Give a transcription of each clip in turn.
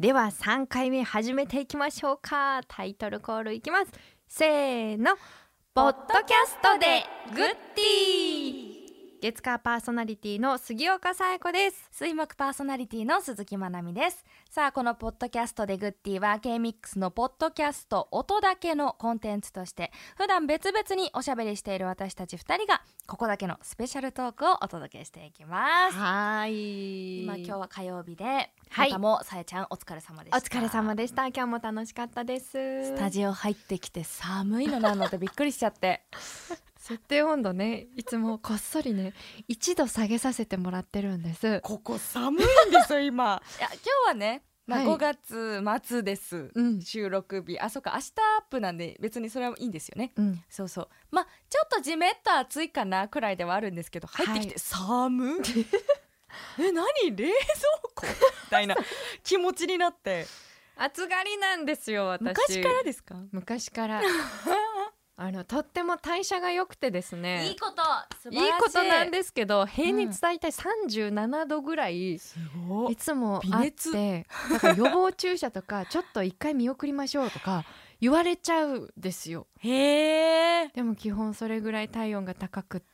では3回目始めていきましょうか。タイトルコールいきます。せーの、ポッドキャストでグッディ。月火パーソナリティの杉岡紗友子です。 水木パーソナリティの鈴木まなみです。さあ、このポッドキャストでグッディは K-MIX のポッドキャスト音だけのコンテンツとして普段別々におしゃべりしている私たち2人がここだけのスペシャルトークをお届けしていきます。 はい。 今日は火曜日で、 はい、 またもさえちゃんお疲れ様でした。 お疲れ様でした。今日も楽しかったです。 スタジオ入ってきて寒いのなのでびっくりしちゃって設定温度ね、いつもこっそりね1度下げさせてもらってるんです。 ここ寒いんですよ今いや今日はね、5月末です、収録日。あ、そうか、明日アップなんで別にそれはいいんですよね、そうそう。ちょっとじめっと暑いかなくらいではあるんですけど、入ってきて寒何冷蔵庫みたいな気持ちになって暑がりなんですよ私。 昔からですか？ 昔からとっても代謝が良くてですね、 いいこと、素晴らしい。 いいことなんですけど、平熱だいたい37度ぐらい、いつもあって、だから予防注射とかちょっと一回見送りましょうとか言われちゃうんですよ。 へー。 でも基本それぐらい体温が高くって、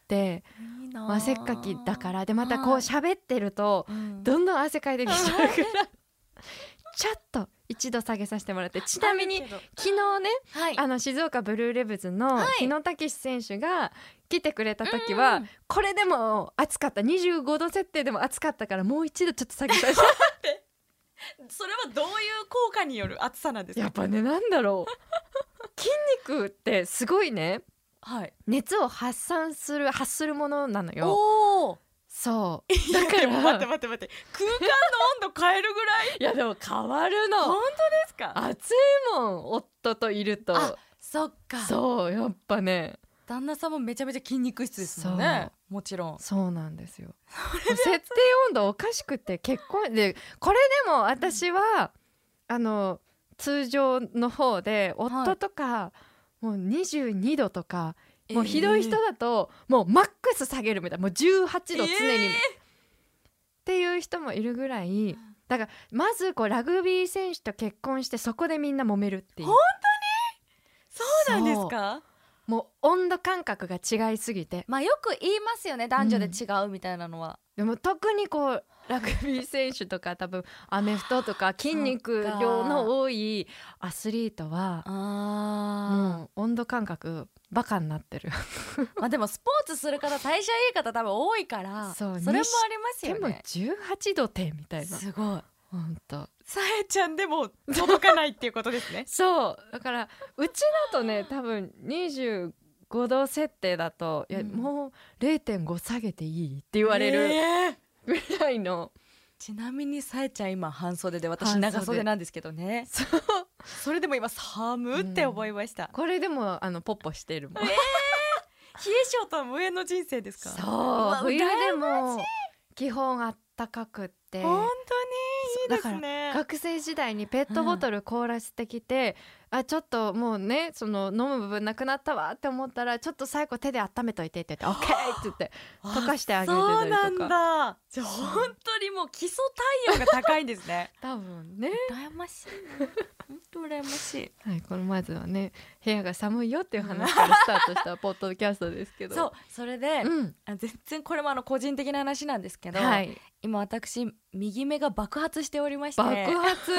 いいな、 汗っかきだから。でまたこう喋ってると、どんどん汗かいてきちゃうからちょっと一度下げさせてもらって。ちなみに昨日ね、静岡ブルーレブズの日野武選手が来てくれた時は、これでも暑かった、25度設定でも暑かったから、もう一度ちょっと下げさせてそれはどういう効果による暑さなんですか？ やっぱね、なんだろう筋肉ってすごいね、熱を発するものなのよ。 おー、 そうだから待って空間の温度変えるぐらいいやでも変わるの。 本当ですか？ 暑いもん、夫といると。 あ、そっか。 そうやっぱね、 旦那さんもめちゃめちゃ筋肉質ですもんね。もちろんそうなんですよ設定温度おかしくて、結婚でこれでも私は、通常の方で夫とか、もう22度とか、もうひどい人だともうマックス下げるみたいな、もう18度常に、っていう人もいるぐらいだから、まずこうラグビー選手と結婚してそこでみんな揉めるっていう。 本当にそうなんですか？ もう温度感覚が違いすぎて、 よく言いますよね、男女で違うみたいなのは。 でも特にこうラグビー選手とか多分アメフトとか筋肉量の多いアスリートはもう温度感覚バカになってるでもスポーツする方、代謝いい方多分多いから、それもありますよね。 でも18度点みたいな。 すごい。 本当。 さえちゃんでも届かないっていうことですねそうだからうちだとね、多分25度設定だと、いやもう 0.5 下げていいって言われるぐらいの、 ちなみにさえちゃん今半袖で、私長袖なんですけどね。それでも今寒って思いました、 これでもポッポしてるもん。 冷え性とは無縁の人生ですか？ そう、冬でも基本あったかくって、 本当にいいですね。 だから学生時代にペットボトル凍らせてきて、ちょっともうね、その飲む部分なくなったわって思ったら、ちょっと最後手で温めといてって言って OK って言って溶かしてあげてたりとか。 そうなんだ。じゃあ本当にもう基礎体温が高いんですね多分ね。 羨ましいな、本当羨ましい。 はい、このまずはね、部屋が寒いよっていう話からスタートしたポッドキャストですけどそれで、全然これも個人的な話なんですけど、今私右目が爆発しておりまして。 爆発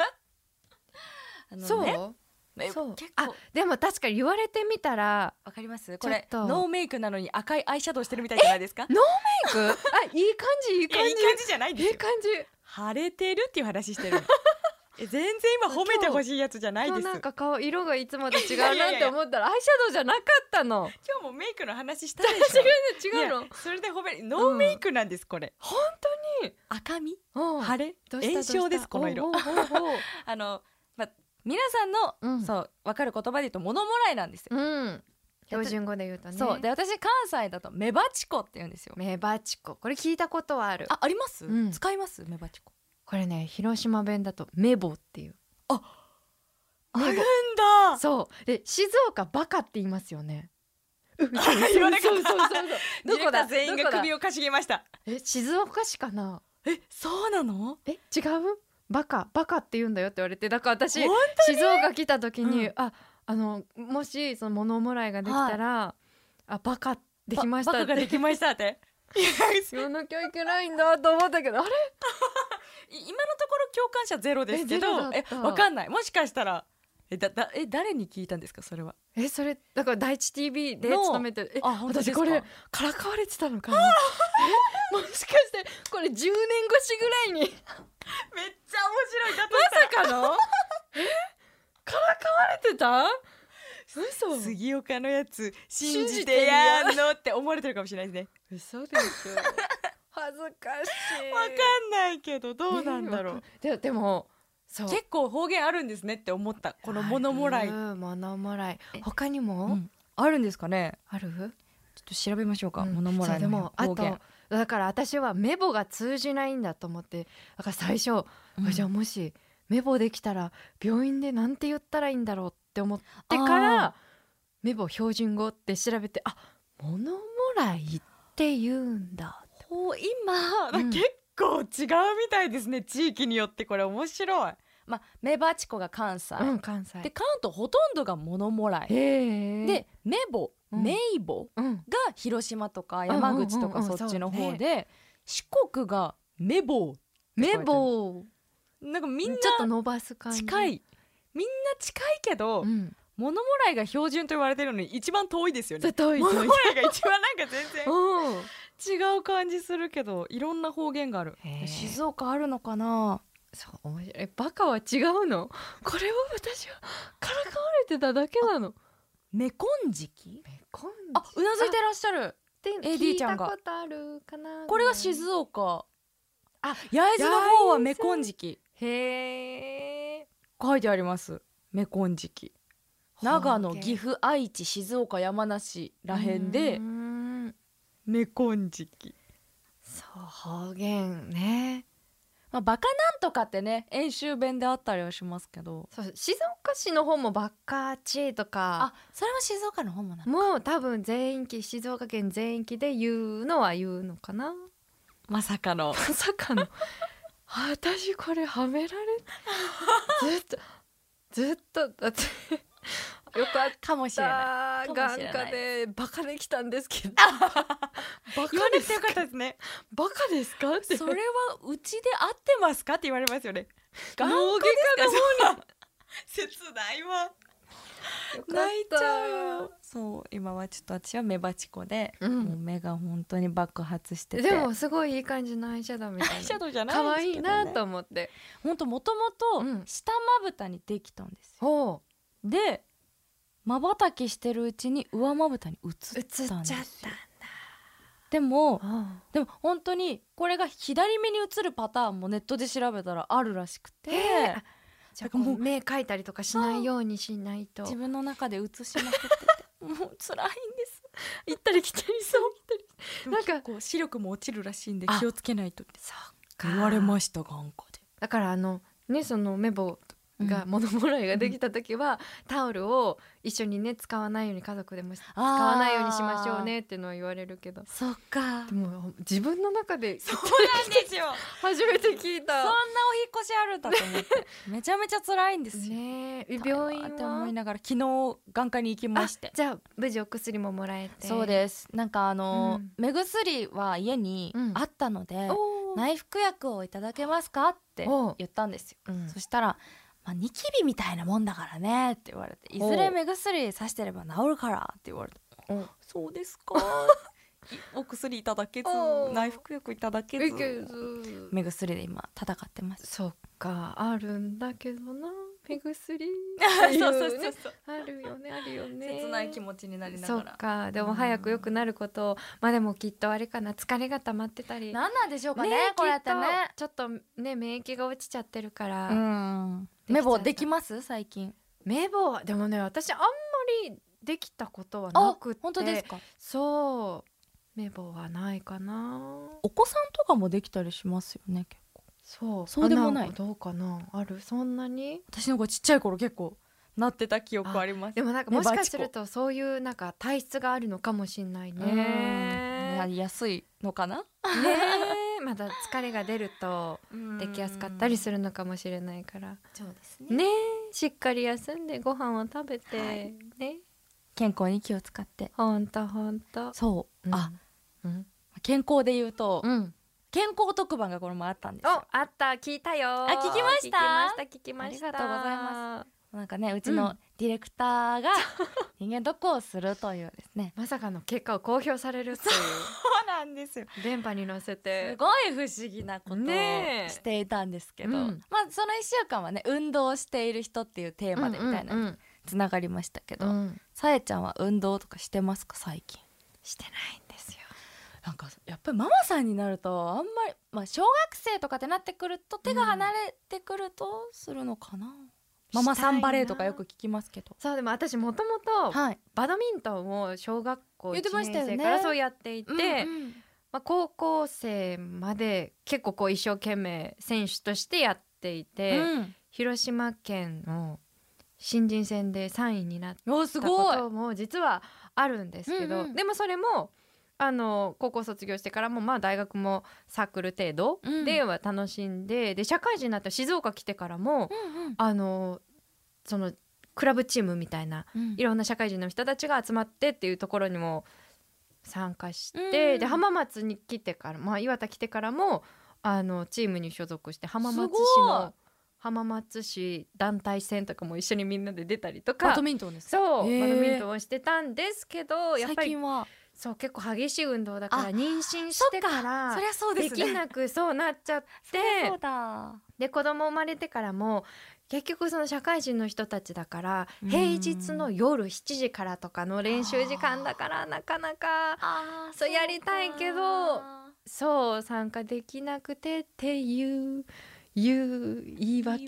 そう結構でも確かに言われてみたらわかります。これノーメイクなのに赤いアイシャドウしてるみたいじゃないですか？ ノーメイクいい感じいい感じ。 いい感じじゃないですよ。 いい感じ。 晴れてるっていう話してる全然今褒めてほしいやつじゃないです。 なんか顔色がいつもと違うなって思ったらアイシャドウじゃなかったの。 今日もメイクの話したでしょ。 違うの。 それで褒めノーメイクなんです、これ。 本当に赤み晴れ炎症です、この色。皆さんのそう分かる言葉で言うと物もらいなんですよ。 標準語で言うとね。 そうで、私関西だとメバチコって言うんですよ。 メバチコ、これ聞いたことはある。 あります、使いますメバチコ。 これね、広島弁だとメボっていう。 あるんだ。 そうで、静岡バカって言いますよね。 言わなかった。 どこだ、 全員が首をかしげました。 静岡市かな。 そうなの？ 違う？ バカって言うんだよって言われて、だから私静岡来た時に、もしその物もらいができたら、バカできましたって、 バカができましたって言わなきゃいけないんだと思ったけど、あれ今のところ共感者ゼロですけど、わかんない、もしかしたら誰に聞いたんですかそれは。 それだから第一 TV で勤めて、私これからかわれてたのかなもしかしてこれ10年越しぐらいにめっちゃ面白いだまさかのからかわれてた？嘘。 杉岡のやつ信じてやんのって思われてるかもしれないですね。 嘘ですよ恥ずかしい。 わかんないけどどうなんだろう、 でもそう結構方言あるんですねって思った。この物もらい、 物もらい他にも、 あるんですかね。 ある？ ちょっと調べましょうか、物もらいの方言。 でもあとだから私はメボが通じないんだと思って、だから最初、じゃあもしメボできたら病院でなんて言ったらいいんだろうって思ってからメボ標準語って調べて、物もらいって言うんだ。 今、結構違うみたいですね、地域によって。これ面白い。メバチコが関西、 関西で関東ほとんどが物もらいで、メボ、メイボが広島とか山口とかそっちの方で、四国がメボなんかみんなちょっと伸ばす感じ、 近い、みんな近いけど、物もらいが標準と言われてるのに一番遠いですよね。物もらいが一番なんか全然違う感じするけど、いろんな方言がある。静岡あるのかな。 そう面白い。バカは違うの？これは私はからかわれてただけなの。 メコンジキ？うなずいてらっしゃる AD ちゃんが。聞いたことあるかな。 これが静岡、焼津の方はメコンジキ。 へー、 書いてあります。メコンジキ。長野、岐阜、愛知、静岡、山梨らへんでメコンジキ。 そう方言ね。 バカなんとかってね、遠州弁であったりはしますけど、 そう静岡市の方もバカチとか、 それは静岡の方もなのか。 もう多分全域、静岡県全域で言うのは言うのかな。 まさかの私これはめられずっとだってよかったかもしれない。 眼科でバカできたんですけどバカ言われてよかったですね。 バカですかって。 それはうちで合ってますかって言われますよね。 眼科の方に切ないわ。泣いちゃうよ。そう、今はちょっと私は目バチコで、もう目が本当に爆発してて。 でもすごいいい感じのアイシャドウみたいな。 アイシャドウじゃないんですけどね。 可愛いなと思って。 本当もともと下まぶたにできたんですよ。でまばたきしてるうちに上まぶたに移ったんですよ。でも本当にこれが左目に映るパターンもネットで調べたらあるらしくて、 じゃあもう目描いたりとかしないようにしないと。 自分の中で映しまくっててもう辛いんです。 行ったり来たりそうなんかこう視力も落ちるらしいんで気をつけないとって言われました、眼科で。 だからそのメボが物もらいができた時は、タオルを一緒にね使わないように、家族でも使わないようにしましょうねっていうのを言われるけど、 そっか。 でも自分の中でそうなんですよ初めて聞いた。 そんなお引っ越しあるんだと思ってめちゃめちゃ辛いんですよね。病院はって思いながら昨日眼科に行きまして。 じゃあ無事お薬ももらえて。 そうです。なんか目薬は家にあったので、内服薬をいただけますかって言ったんですよ。そしたらニキビみたいなもんだからねって言われて、いずれ目薬さしてれば治るからって言われて、そうですかお薬いただけず、内服薬いただけず、目薬で今戦ってます。 そっか、あるんだけどな、目薬そうあるよね、あるよね。 切ない気持ちになりながら。 そっか、でも早く良くなることを、でもきっとあれかな、疲れが溜まってたり、 なんなんでしょうかね、こうやってね、 ちょっとね免疫が落ちちゃってるから。 メボできます最近？ メボはでもね、私あんまりできたことはなくて。 本当ですか？ そうメボはないかな。 お子さんとかもできたりしますよね、結構。 そうでもない。どうかな、ある？そんなに？ 私の子ちっちゃい頃結構なってた記憶あります。 でもなんかもしかするとそういうなんか体質があるのかもしれないね。 なりやすいのかな。 まだ疲れが出るとできやすかったりするのかもしれないから、 そうですね。 しっかり休んでご飯を食べて、ね、 健康に気を使って。 ほんとそう、健康で言うと、健康特番がこの前あったんですよ。 あった、聞いたよ。 聞きました。 聞きました。 ありがとうございます。なんかね、うちのディレクターが人間ドックをするというですねまさかの結果を公表されるっていうそうなんですよ。 電波に乗せてすごい不思議なことをしていたんですけど、まあその1週間はね、運動している人っていうテーマでみたいなつながりましたけど、さえちゃんは運動とかしてますか？最近してないんですよ。 なんかやっぱりママさんになるとあんまり、まあ、小学生とかってなってくると手が離れてくるとするのかな、ママさんバレーとかよく聞きますけど。 そう、でも私もともとバドミントンを小学校1年生からそうやっていて、高校生まで結構こう一生懸命選手としてやっていて、広島県の新人戦で3位になったことも実はあるんですけど、でもそれも高校卒業してからもまあ大学もサークル程度では楽しんで、で社会人になった静岡来てからも、そのクラブチームみたいな、いろんな社会人の人たちが集まってっていうところにも参加して、で浜松に来てから、岩田来てからもチームに所属して浜松市団体戦とかも一緒にみんなで出たりとか、 バドミントンですか？ そう、バドミントンをしてたんですけど、やっぱり最近はそう結構激しい運動だから妊娠してからできなくそうなっちゃって、で子供生まれてからも結局その社会人の人たちだから平日の夜7時からとかの練習時間だからなかなかそうやりたいけどそう参加できなくてっていう言い訳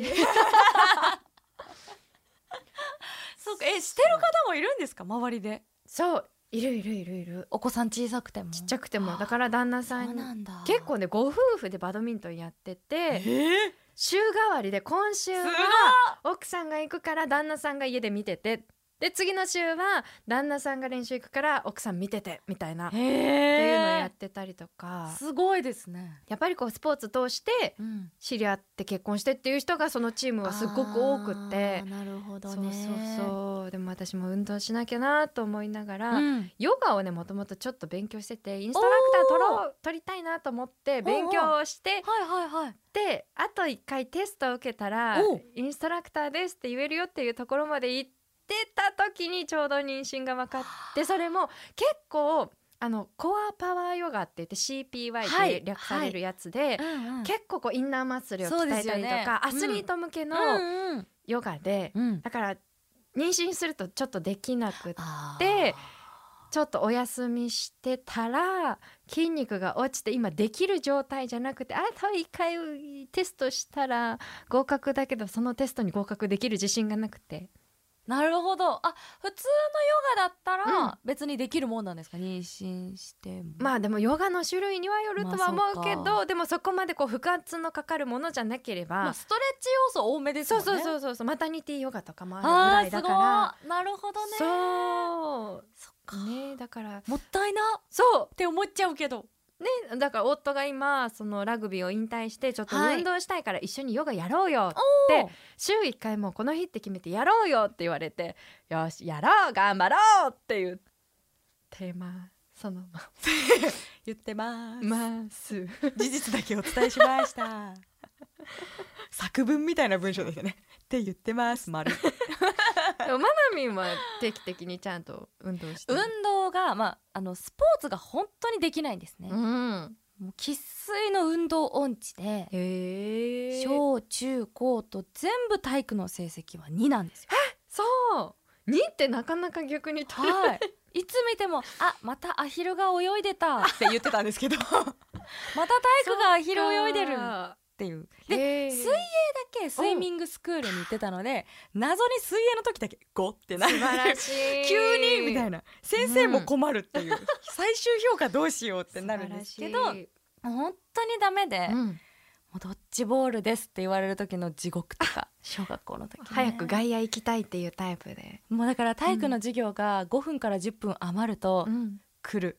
そうか、してる方もいるんですか？周りで。 そういる。 お子さん小さくてもちっちゃくても、だから旦那さん結構ねご夫婦でバドミントンやってて、週替わりで今週は奥さんが行くから旦那さんが家で見てて、で次の週は旦那さんが練習行くから奥さん見ててみたいなっていうのをやってたりとか。 すごいですね。 やっぱりこうスポーツ通して知り合って結婚してっていう人がそのチームはすごく多くって。 なるほどね。 そうでも私も運動しなきゃなと思いながら、ヨガをねもともとちょっと勉強してて、インストラクター取りたいなと思って勉強をして、であと1回テストを受けたらインストラクターですって言えるよっていうところまで行ってた時にちょうど妊娠が分かって、それも結構コアパワーヨガって言って CPY って略されるやつで、結構こうインナーマッスルを鍛えたりとか、アスリート向けのヨガで、だから妊娠するとちょっとできなくってちょっとお休みしてたら筋肉が落ちて今できる状態じゃなくて、あと1回テストしたら合格だけどそのテストに合格できる自信がなくて。 なるほど。普通のヨガだったら別にできるもんなんですか？妊娠しても。 まあでもヨガの種類にはよるとは思うけど、でもそこまでこう負荷のかかるものじゃなければ、 ストレッチ要素多めですもんね。 そうマタニティヨガとかもあるぐらいだから。 なるほどね。 そっかね、だからもったいなそうって思っちゃうけどね、だから夫が今そのラグビーを引退してちょっと運動したいから一緒にヨガやろうよって週1回もうこの日って決めてやろうよって言われて、よしやろう頑張ろうっていうテーマそのまま言ってます事実だけお伝えしました作文みたいな文章ですよねって言ってます丸でもマナミンは定期的にちゃんと運動してる。 運動が、スポーツが本当にできないんですね、もう生粋の運動音痴で、小中高と全部体育の成績は2なんですよ。 そう2ってなかなか逆に取れない、 いつ見てもまたアヒルが泳いでたって言ってたんですけどまた体育がアヒル泳いでるっていう。で水泳だけスイミングスクールに行ってたので、謎に水泳の時だけ5ってなる。 素晴らしい急にみたいな、先生も困るっていう、最終評価どうしようってなるんですけど、本当にダメで、もうドッジボールですって言われる時の地獄とか小学校の時、 早く外野行きたいっていうタイプで、 もうだから体育の授業が5分から10分余ると、来る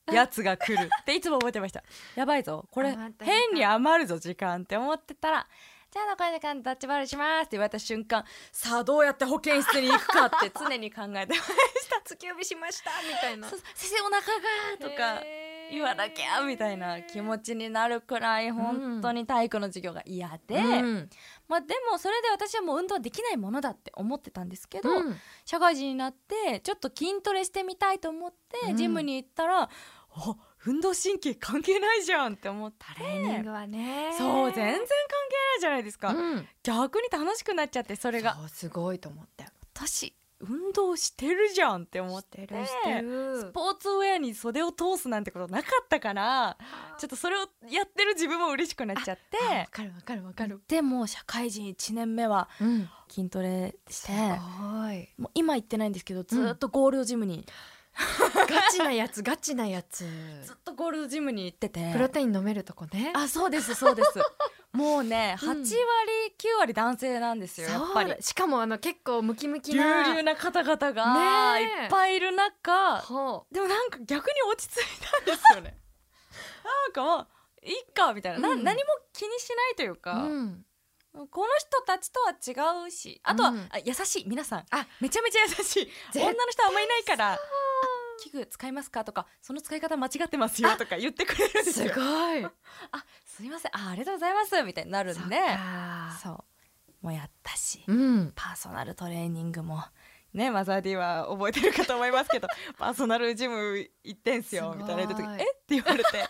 やつが来るっていつも覚えてました。やばいぞこれ変に余るぞ時間って思ってたら、じゃあ残り時間ドッジボールしますって言われた瞬間、さあどうやって保健室に行くかって常に考えてました。 突き指しましたみたいな、 先生お腹がとか言わなきゃみたいな気持ちになるくらい本当に体育の授業が嫌で、まあ、でもそれで私はもう運動できないものだって思ってたんですけど、社会人になってちょっと筋トレしてみたいと思ってジムに行ったら、運動神経関係ないじゃんって思って、 トレーニングはね、 そう全然関係ないじゃないですか、逆に楽しくなっちゃって、それがそうすごいと思って、 私運動してるじゃんって思って、スポーツウェアに袖を通すなんてことなかったから、ちょっとそれをやってる自分も嬉しくなっちゃって、 わかる。 でも社会人1年目は筋トレして、もう今行ってないんですけど、ずっとゴールドジムに、 ガチなやつずっとゴールドジムに行ってて、 プロテイン飲めるとこね。 あ、そうですもうね、8割9割男性なんですよ、やっぱり。 しかも結構ムキムキな隆々な方々がいっぱいいる中、でもなんか逆に落ち着いたんですよね。なんかもういっかみたいな、何も気にしないというか、この人たちとは違うし、あとは、優しい皆さん、めちゃめちゃ優しい。女の人はあんまりいないから、器具使いますかとか、その使い方間違ってますよとか言ってくれるんですよ。 すごい。 すいません、ありがとうございますみたいになるんで、そうもうやったし、パーソナルトレーニングもね、マザー D は覚えてるかと思いますけどパーソナルジム行ってんすよみたいな言った時、って言われて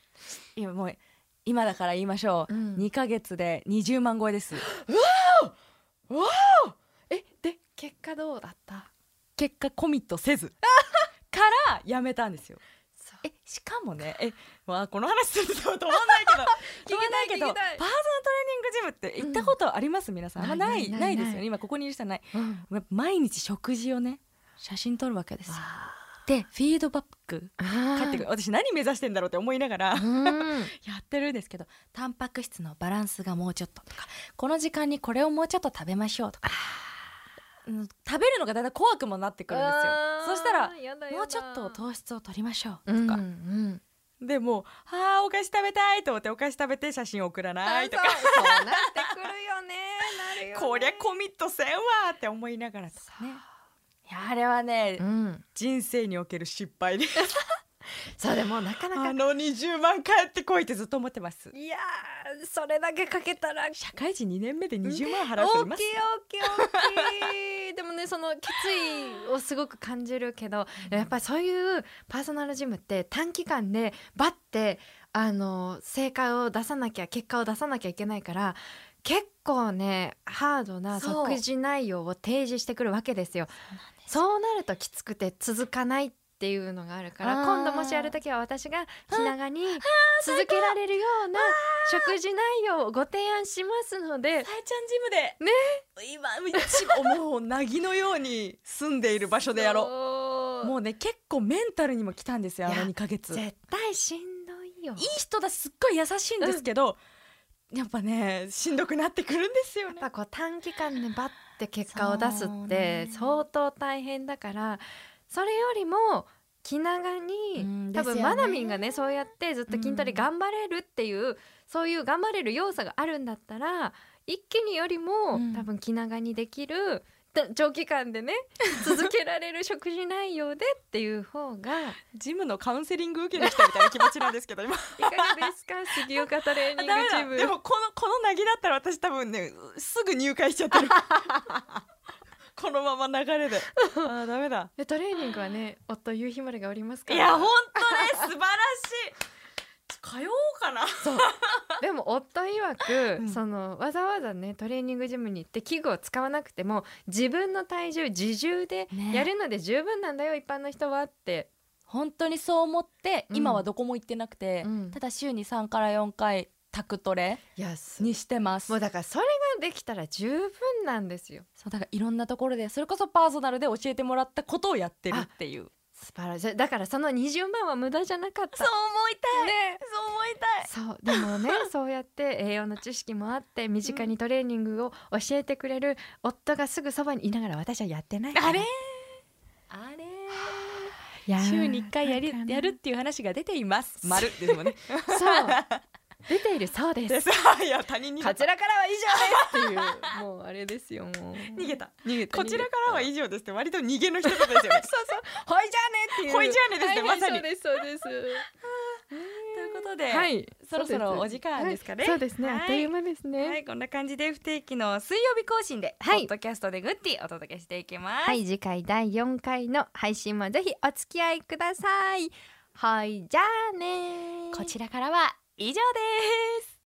今だから言いましょう、2ヶ月で20万超えです。 わおで結果どうだった？ 結果コミットせずからやめたんですよ。しかもね、この話すると止まんないけど聞けないけど、パーソナルトレーニングジムって行ったことあります？皆さん。ないですよね、今ここにいる人はない。毎日食事をね、写真撮るわけですよ。でフィードバック返ってくる。私何目指してんだろうって思いながらやってるんですけど、タンパク質のバランスがもうちょっととか、この時間にこれをもうちょっと食べましょうとか、食べるのがだんだん怖くもなってくるんですよ。そしたらもうちょっと糖質を取りましょうとか、でもうお菓子食べたいと思ってお菓子食べて写真送らないとか、 そうなってくるよね。なるよね。 こりゃコミットせんわって思いながらとかね。いやあれはね、人生における失敗です。 そうでもなかなか 20万返ってこいってずっと思ってます。 いやそれだけかけたら社会人2年目で20万払う人います？ 大きいでもね、その決意をすごく感じるけど、やっぱりそういうパーソナルジムって短期間でバッて成果を出さなきゃ、結果を出さなきゃいけないから、結構ねハードな食事内容を提示してくるわけですよ。そうなるときつくて続かないっていうのがあるから、今度もしやるときは私が気長に続けられるような食事内容をご提案しますので、 さえちゃんジムでね、今もうなぎのように住んでいる場所でやろう。もうね結構メンタルにも来たんですよ、2ヶ月。 絶対しんどいよ。 いい人だしすっごい優しいんですけど、やっぱねしんどくなってくるんですよね。 やっぱこう短期間でバッて結果を出すって相当大変だから、それよりも気長に、多分マナミンがねそうやってずっと筋トレ頑張れるっていう、そういう頑張れる要素があるんだったら、一気によりも多分気長にできる、長期間でね続けられる食事内容でっていう方がジムのカウンセリング受けに来たみたいな気持ちなんですけど今いかがですか？杉岡トレーニングジム。 でもこのなぎだったら私多分ねすぐ入会しちゃってるこのまま流れでダメだ。 トレーニングはね、夫夕日までがおりますから。 いや本当ね素晴らしい。通おうかな。 そうでも夫曰く、そのわざわざねトレーニングジムに行って器具を使わなくても自分の体重自重でやるので十分なんだよ、一般の人はって。 本当にそう思って、今はどこも行ってなくて、ただ週に3から4回タクトレにしてます。 もうだからそれができたら十分なんですよ。 そうだからいろんなところでそれこそパーソナルで教えてもらったことをやってるっていう。 素晴らしい。だからその20万は無駄じゃなかった。 そう思いたい、 ね、 そう思いたい。 そうでもねそうやって栄養の知識もあって身近にトレーニングを教えてくれる夫がすぐそばにいながら私はやってないから。 あれ週に1回やるっていう話が出ています丸ですもんねそう出ているそうですいや他人にこちらからは以上ですっていうもうあれですよもう逃げたこちらからは以上ですって割と逃げの一言ですよねそうほいじゃあねっていうほいじゃあねですね、まさにそうですということで、 はい、 そろそろお時間ですかね、 そうですね、あっという間ですね。 はい、こんな感じで不定期の水曜日更新で、ポッドキャストでグッディお届けしていきます。 はい、次回第4回の配信もぜひお付き合いください。はい、じゃあね。 こちらからは以上です。